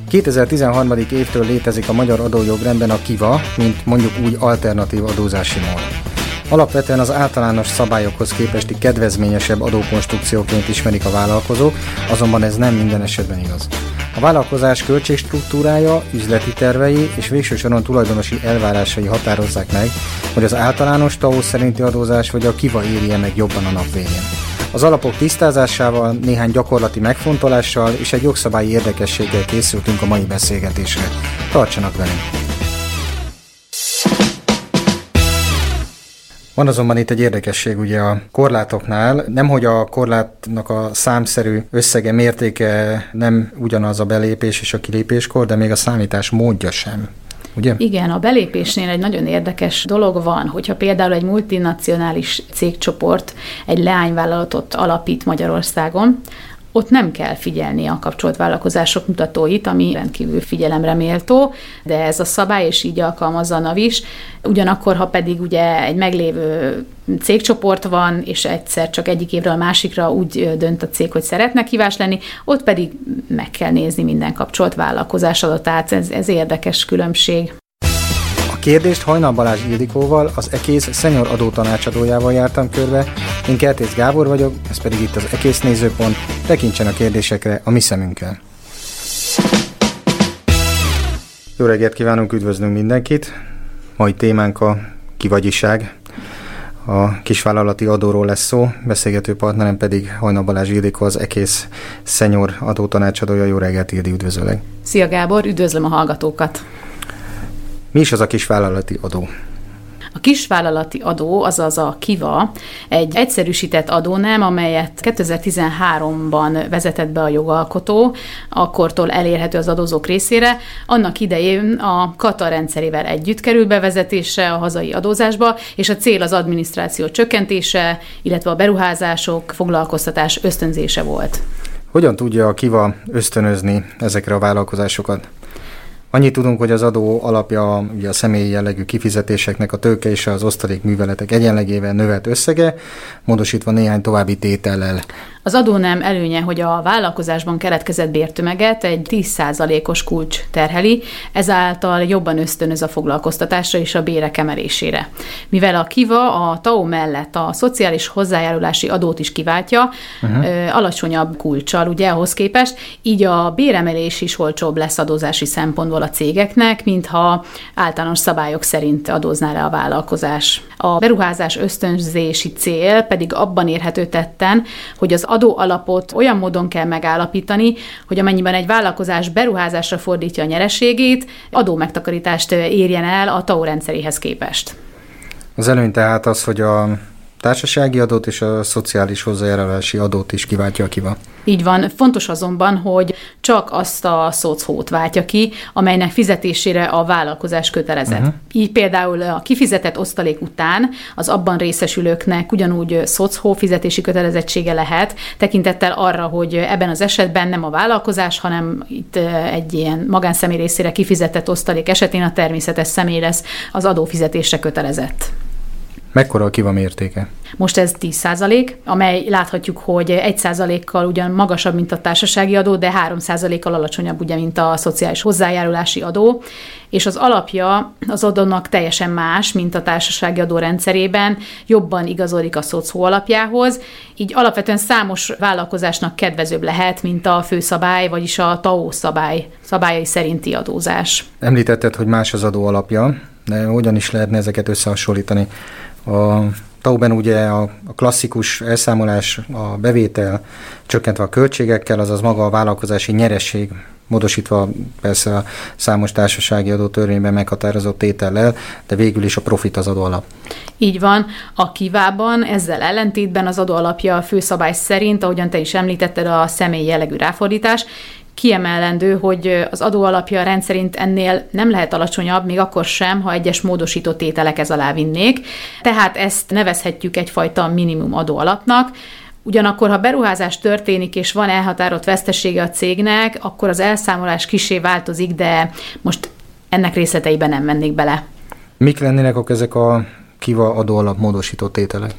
2013. évtől létezik a magyar adójogrendben a KIVA, mint mondjuk úgy alternatív adózási mód. Alapvetően az általános szabályokhoz képesti kedvezményesebb adókonstrukcióként ismerik a vállalkozók, azonban ez nem minden esetben igaz. A vállalkozás költségstruktúrája, üzleti tervei és végső soron tulajdonosi elvárásai határozzák meg, hogy az általános TAO szerinti adózás vagy a KIVA érje meg jobban a nap végén. Az alapok tisztázásával, néhány gyakorlati megfontolással és egy jogszabályi érdekességgel készültünk a mai beszélgetésre. Tartsanak velünk! Van azonban itt egy érdekesség ugye a korlátoknál, nemhogy a korlátnak a számszerű összege, mértéke nem ugyanaz a belépés és a kilépéskor, de még a számítás módja sem. Ugye? Igen, a belépésnél egy nagyon érdekes dolog van, hogyha például egy multinacionális cégcsoport egy leányvállalatot alapít Magyarországon, ott nem kell figyelni a kapcsolt vállalkozások mutatóit, ami rendkívül figyelemre méltó, de ez a szabály, és így alkalmazza a NAV is. Ugyanakkor, ha pedig ugye egy meglévő cégcsoport van, és egyszer csak egyik évről a másikra úgy dönt a cég, hogy szeretne hívás lenni, ott pedig meg kell nézni minden kapcsolt vállalkozás adatát. Ez érdekes különbség. A kérdést Hajnal Balázs Ildikóval, az EKÉSZ senior adótanácsadójával jártam körbe. Én Kertész Gábor vagyok, ez pedig itt az EKÉSZ nézőpont. Tekintsen a kérdésekre a mi szemünkkel. Jó reggelt kívánunk, üdvözlünk mindenkit! Mai témánk a kivagyiság. A kisvállalati adóról lesz szó, beszélgető partnerem pedig Hajnal Balázs Ildikó, az EKÉSZ senior adótanácsadója. Jó reggelt, Ildi, üdvözöllek! Szia Gábor, üdvözlöm a hallgatókat! Mi is az a kisvállalati adó? A kisvállalati adó, azaz a KIVA, egy egyszerűsített adónem, amelyet 2013-ban vezetett be a jogalkotó, akkortól elérhető az adózók részére. Annak idején a kata rendszerével együtt kerül bevezetésre a hazai adózásba, és a cél az adminisztráció csökkentése, illetve a beruházások, foglalkoztatás ösztönzése volt. Hogyan tudja a KIVA ösztönözni ezekre a vállalkozásokat? Annyit tudunk, hogy az adó alapja ugye a személyi jellegű kifizetéseknek a tőke és az osztalékműveletek egyenlegével növelt összege, módosítva néhány további tétellel. Az adónem előnye, hogy a vállalkozásban keletkezett bértömeget egy 10%-os kulcs terheli, ezáltal jobban ösztönöz a foglalkoztatásra és a bérek emelésére. Mivel a KIVA a TAO mellett a szociális hozzájárulási adót is kiváltja, alacsonyabb kulccsal ugye ahhoz képest, így a béremelés is olcsóbb lesz adózási szempontból a cégeknek, mintha általános szabályok szerint adózná le a vállalkozás. A beruházás ösztönzési cél pedig abban érhető tetten, hogy az adóalapot olyan módon kell megállapítani, hogy amennyiben egy vállalkozás beruházásra fordítja a nyereségét, adómegtakarítást érjen el a TAO rendszeréhez képest. Az előny tehát az, hogy a társasági adót és a szociális hozzájárulási adót is kiváltja a KIVA. Így van. Fontos azonban, hogy csak azt a szocót váltja ki, amelynek fizetésére a vállalkozás kötelezett. Így például a kifizetett osztalék után az abban részesülőknek ugyanúgy szocó fizetési kötelezettsége lehet, tekintettel arra, hogy ebben az esetben nem a vállalkozás, hanem itt egy ilyen magánszemély részére kifizetett osztalék esetén a természetes személy lesz az adófizetésre kötelezett. Mekkora a KIVA mértéke? Most ez 10%, amely láthatjuk, hogy 1%-kal ugyan magasabb, mint a társasági adó, de 3%-kal alacsonyabb, ugye, mint a szociális hozzájárulási adó, és az alapja az adónak teljesen más, mint a társasági adó rendszerében, jobban igazodik a szocó alapjához, így alapvetően számos vállalkozásnak kedvezőbb lehet, mint a főszabály, vagyis a TAO szabályai szerinti adózás. Említetted, hogy más az adó alapja, de hogyan is lehetne ezeket összehasonlítani? A TAO-ben ugye a klasszikus elszámolás, a bevétel csökkentve a költségekkel, azaz maga a vállalkozási nyeresség, módosítva persze a számos társasági adótörvényben meghatározott tétellel, de végül is a profit az adóalap. Így van. A KIVA-ban ezzel ellentétben az adóalapja a főszabály szerint, ahogyan te is említetted, a személyi jellegű ráfordítás. Kiemelendő, hogy az adóalapja rendszerint ennél nem lehet alacsonyabb, még akkor sem, ha egyes módosító tételek ez alá vinnék. Tehát ezt nevezhetjük egyfajta minimum adóalapnak. Ugyanakkor, ha beruházás történik, és van elhatárolt vesztesége a cégnek, akkor az elszámolás kissé változik, de most ennek részleteiben nem mennék bele. Mik lennének ezek a KIVA adóalap módosító tételek?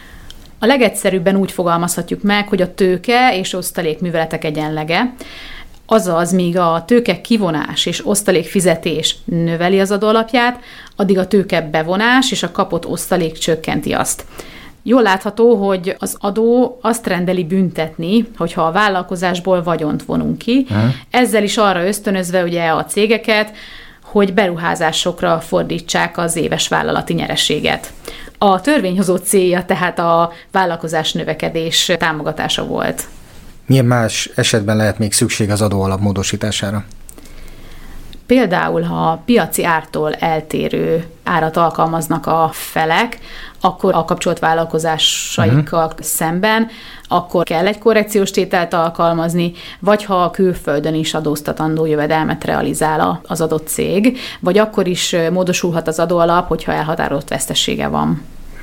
A legegyszerűbben úgy fogalmazhatjuk meg, hogy a tőke és osztalékműveletek egyenlege. Azaz, míg a tőke kivonás és osztalékfizetés növeli az adóalapját, addig a tőke bevonás és a kapott osztalék csökkenti azt. Jól látható, hogy az adó azt rendeli büntetni, hogyha a vállalkozásból vagyont vonunk ki, ezzel is arra ösztönözve ugye a cégeket, hogy beruházásokra fordítsák az éves vállalati nyereséget. A törvényhozó célja tehát a vállalkozás növekedés támogatása volt. Milyen más esetben lehet még szükség az adóalap módosítására? Például, ha a piaci ártól eltérő árat alkalmaznak a felek, akkor a kapcsolt vállalkozásaikkal szemben, akkor kell egy korrekciós tételt alkalmazni, vagy ha a külföldön is adóztatandó jövedelmet realizál az adott cég, vagy akkor is módosulhat az adóalap, hogyha elhatározott vesztesége van.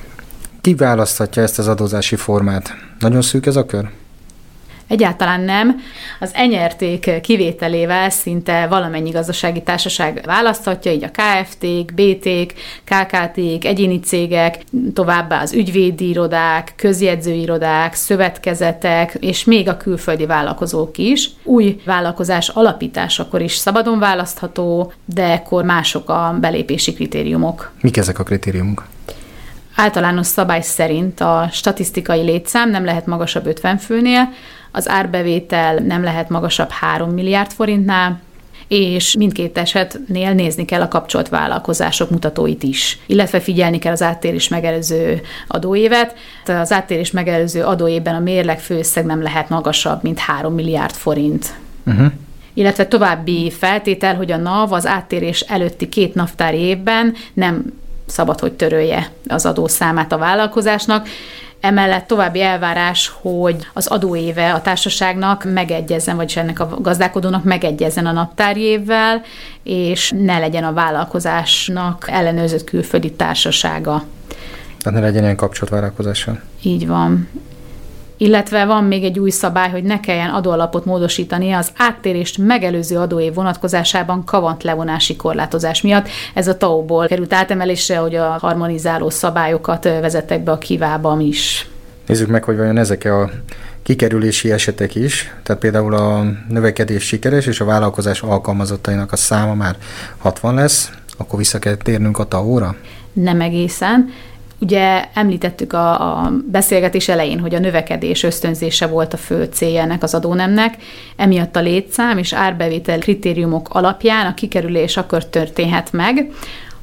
Ki választhatja ezt az adózási formát? Nagyon szűk ez a kör? Egyáltalán nem. Az enyerték kivételével szinte valamennyi gazdasági társaság választhatja, így a KFT-k, BT-k, KKT-k, egyéni cégek, továbbá az ügyvédi irodák, közjegyzőirodák, szövetkezetek, és még a külföldi vállalkozók is. Új vállalkozás alapításakor is szabadon választható, de ekkor mások a belépési kritériumok. Mik ezek a kritériumok? Általános szabály szerint a statisztikai létszám nem lehet magasabb 50 főnél, az árbevétel nem lehet magasabb 3 milliárd forintnál, és mindkét esetnél nézni kell a kapcsolt vállalkozások mutatóit is, illetve figyelni kell az áttérés megelőző adóévet. Az áttérés megelőző adóévben a mérleg főösszeg nem lehet magasabb, mint 3 milliárd forint. Illetve további feltétel, hogy a NAV az áttérés előtti 2 naptári évben nem szabad, hogy törölje az adószámát a vállalkozásnak. Emellett további elvárás, hogy az adóéve a társaságnak megegyezzen, vagyis ennek a gazdálkodónak megegyezzen a naptári évvel, és ne legyen a vállalkozásnak ellenőrzött külföldi társasága. Tehát ne legyen ilyen kapcsolatvállalkozással. Így van. Illetve van még egy új szabály, hogy ne kelljen adóalapot módosítani az áttérést megelőző adóév vonatkozásában kamat levonási korlátozás miatt. Ez a TAO-ból került átemelésre, hogy a harmonizáló szabályokat vezettek be a kivában is. Nézzük meg, hogy vajon ezek a kikerülési esetek is, tehát például a növekedés sikeres, és a vállalkozás alkalmazottainak a száma már 60 lesz, akkor vissza kell térnünk a TAO-ra? Nem egészen. Ugye említettük a beszélgetés elején, hogy a növekedés ösztönzése volt a fő célja ennek az adónemnek, emiatt a létszám és árbevétel kritériumok alapján a kikerülés akkor történhet meg,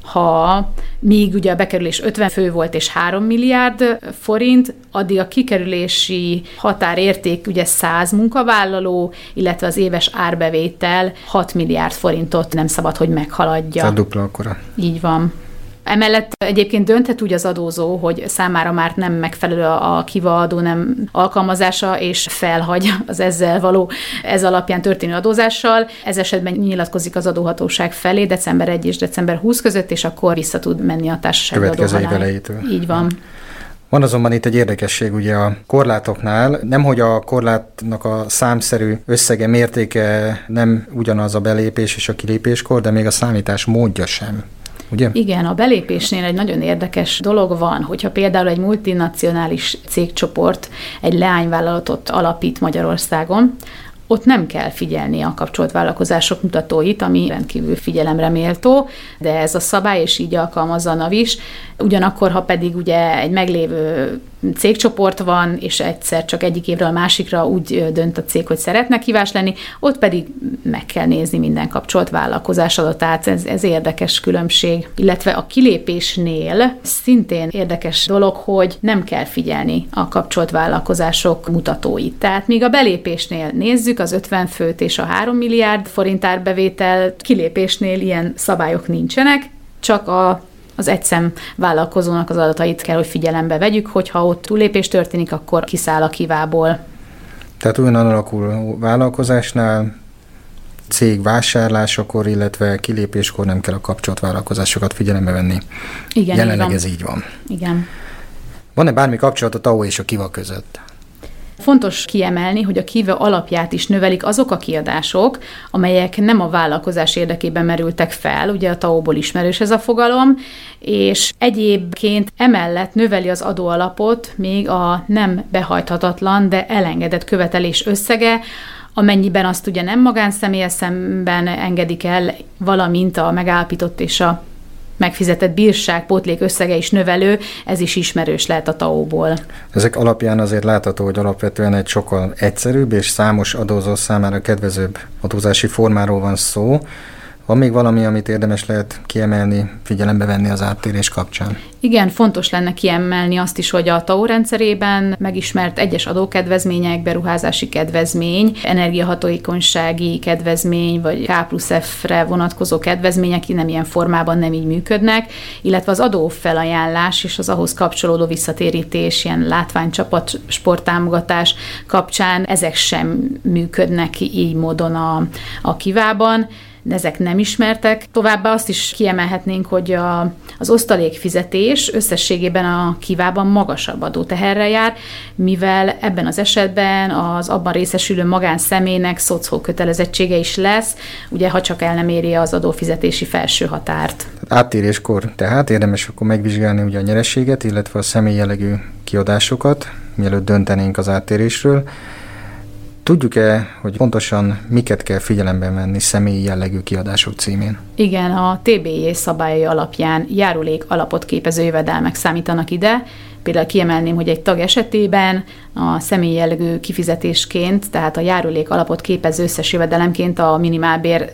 ha míg ugye a bekerülés 50 fő volt és 3 milliárd forint, addig a kikerülési határérték ugye 100 munkavállaló, illetve az éves árbevétel 6 milliárd forintot nem szabad, hogy meghaladja. Tehát dupla akkora. Így van. Emellett egyébként dönthet úgy az adózó, hogy számára már nem megfelelő a KIVA adó nem alkalmazása, és felhagy az ez alapján történő adózással. Ez esetben nyilatkozik az adóhatóság felé december 1 és december 20 között, és akkor vissza tud menni a társasági következő év elejétől. Így van. Van azonban itt egy érdekesség ugye a korlátoknál, nemhogy a korlátnak a számszerű összege, mértéke nem ugyanaz a belépés és a kilépéskor, de még a számítás módja sem. Ugye? Igen, a belépésnél egy nagyon érdekes dolog van, hogyha például egy multinacionális cégcsoport egy leányvállalatot alapít Magyarországon, ott nem kell figyelni a kapcsolt vállalkozások mutatóit, ami rendkívül figyelemre méltó, de ez a szabály, és így alkalmazza a NAV is. Ugyanakkor, ha pedig ugye egy meglévő cégcsoport van, és egyszer csak egyik évről a másikra úgy dönt a cég, hogy szeretne hívás lenni, ott pedig meg kell nézni minden kapcsolt vállalkozás adatát. Ez érdekes különbség. Illetve a kilépésnél szintén érdekes dolog, hogy nem kell figyelni a kapcsolt vállalkozások mutatóit. Tehát míg a belépésnél nézzük az 50 főt és a 3 milliárd forint árbevétel, kilépésnél ilyen szabályok nincsenek, csak az egyszem vállalkozónak az adatait kell, hogy figyelembe vegyük, hogyha ott túllépés történik, akkor kiszáll a kivából. Tehát olyan alakuló vállalkozásnál cég vásárlásakor, illetve kilépéskor nem kell a kapcsolatvállalkozásokat figyelembe venni. Igen, jelenleg ez így van. Igen. Van-e bármi kapcsolat a TAO és a KIVA között? Fontos kiemelni, hogy a KIVA alapját is növelik azok a kiadások, amelyek nem a vállalkozás érdekében merültek fel, ugye a TAO-ból ismerős ez a fogalom, és egyébként emellett növeli az adóalapot még a nem behajthatatlan, de elengedett követelés összege, amennyiben azt ugye nem magánszemélyes szemben engedik el, valamint a megállapított és a megfizetett bírság pótlék összege is növelő, ez is ismerős lehet a TAO-ból. Ezek alapján azért látható, hogy alapvetően egy sokkal egyszerűbb és számos adózó számára kedvezőbb adózási formáról van szó. Van még valami, amit érdemes lehet kiemelni, figyelembe venni az áttérés kapcsán? Igen, fontos lenne kiemelni azt is, hogy a TAO rendszerében megismert egyes adókedvezmények, beruházási kedvezmény, energiahatékonysági kedvezmény, vagy K+F-re vonatkozó kedvezmények nem ilyen formában nem így működnek, illetve az adófelajánlás és az ahhoz kapcsolódó visszatérítés, ilyen látványcsapat, sporttámogatás kapcsán ezek sem működnek így módon a Kivában. Ezek nem ismertek. Továbbá azt is kiemelhetnénk, hogy az osztalékfizetés összességében a Kivában magasabb adóteherrel jár, mivel ebben az esetben az abban részesülő magánszemélynek szocó kötelezettsége is lesz, ugye ha csak el nem éri az adófizetési felső határt. Áttéréskor tehát érdemes akkor megvizsgálni ugye a nyereséget, illetve a személy jellegű kiadásokat, mielőtt döntenénk az áttérésről. Tudjuk-e, hogy pontosan miket kell figyelembe venni személyi jellegű kiadások címén? Igen, a TBJ szabályai alapján járulék alapot képező jövedelmek számítanak ide. Például kiemelném, hogy egy tag esetében a személyi jellegű kifizetésként, tehát a járulék alapot képező összes jövedelemként a minimálbér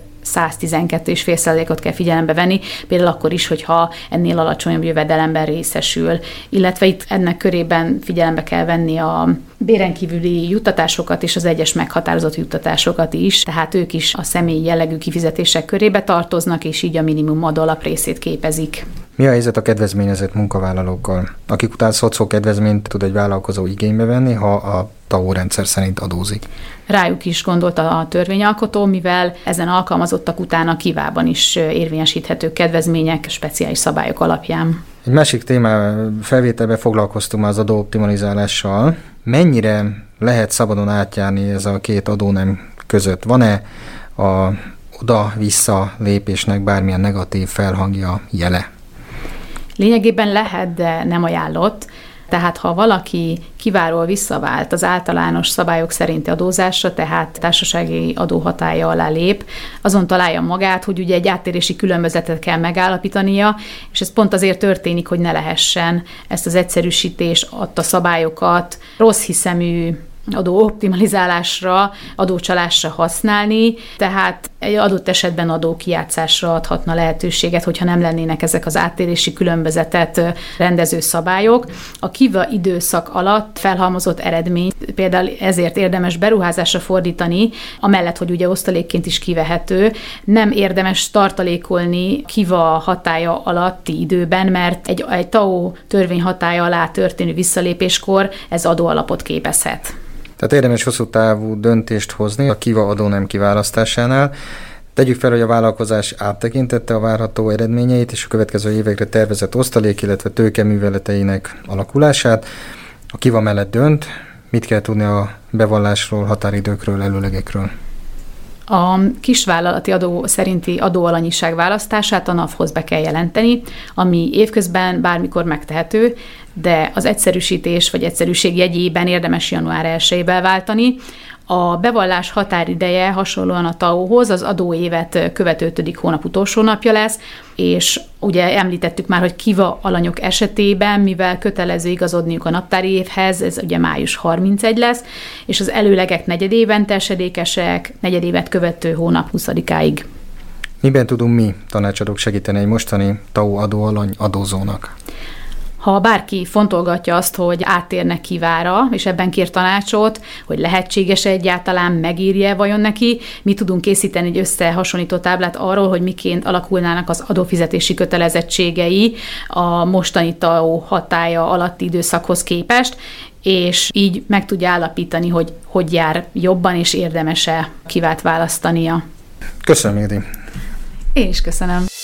112,5%-ot kell figyelembe venni, például akkor is, hogyha ennél alacsonyabb jövedelemben részesül. Illetve itt ennek körében figyelembe kell venni a béren kívüli juttatásokat és az egyes meghatározott juttatásokat is, tehát ők is a személyi jellegű kifizetések körébe tartoznak, és így a minimum adóalap részét képezik. Mi a helyzet a kedvezményezett munkavállalókkal, akik után szocó kedvezményt tud egy vállalkozó igénybe venni, ha a TAO rendszer szerint adózik? Rájuk is gondolt a törvényalkotó, mivel ezen alkalmazottak után a Kivában is érvényesíthető kedvezmények speciális szabályok alapján. Egy másik téma felvételben foglalkoztunk az adóoptimalizálással. Mennyire lehet szabadon átjárni ez a két adónem között? Van-e a oda-vissza lépésnek bármilyen negatív felhangja, jele? Lényegében lehet, de nem ajánlott. Tehát ha valaki Kiváról visszavált az általános szabályok szerinti adózásra, tehát társasági adó hatálya alá lép, azon találja magát, hogy ugye egy áttérési különbözetet kell megállapítania, és ez pont azért történik, hogy ne lehessen ezt az egyszerűsítés adta szabályokat rossz hiszemű adóoptimalizálásra, adócsalásra használni, tehát egy adott esetben adókijátszásra adhatna lehetőséget, hogyha nem lennének ezek az áttérési különbözetet rendező szabályok. A Kiva időszak alatt felhalmozott eredmény például ezért érdemes beruházásra fordítani, amellett, hogy ugye osztalékként is kivehető, nem érdemes tartalékolni Kiva hatálya alatti időben, mert egy TAO törvény hatálya alá történő visszalépéskor ez adóalapot képezhet. Tehát érdemes hosszú távú döntést hozni a Kiva adónem kiválasztásánál. Tegyük fel, hogy a vállalkozás áttekintette a várható eredményeit és a következő évekre tervezett osztalék, illetve tőkeműveleteinek alakulását. A Kiva mellett dönt, mit kell tudni a bevallásról, határidőkről, előlegekről? A kisvállalati adó szerinti adóalanyiság választását a NAV-hoz be kell jelenteni, ami évközben bármikor megtehető, de az egyszerűsítés vagy egyszerűség jegyében érdemes január 1-ével váltani. A bevallás határideje hasonlóan a TAO-hoz az adóévet követő 5. hónap utolsó napja lesz, és ugye említettük már, hogy Kiva alanyok esetében, mivel kötelező igazodniuk a naptári évhez, ez ugye május 31 lesz, és az előlegek negyedévente esedékesek, negyedévet követő hónap 20-áig. Miben tudunk mi tanácsadók segíteni egy mostani TAO adóalany adózónak? Ha bárki fontolgatja azt, hogy áttérnek Kivára, és ebben kér tanácsot, hogy lehetséges egyáltalán, megírja vajon neki, mi tudunk készíteni egy összehasonlító táblát arról, hogy miként alakulnának az adófizetési kötelezettségei a mostani TAO hatálya alatti időszakhoz képest, és így meg tudja állapítani, hogy jár jobban, és érdemes-e Kivát választania. Köszönöm, Édi. Én is köszönöm.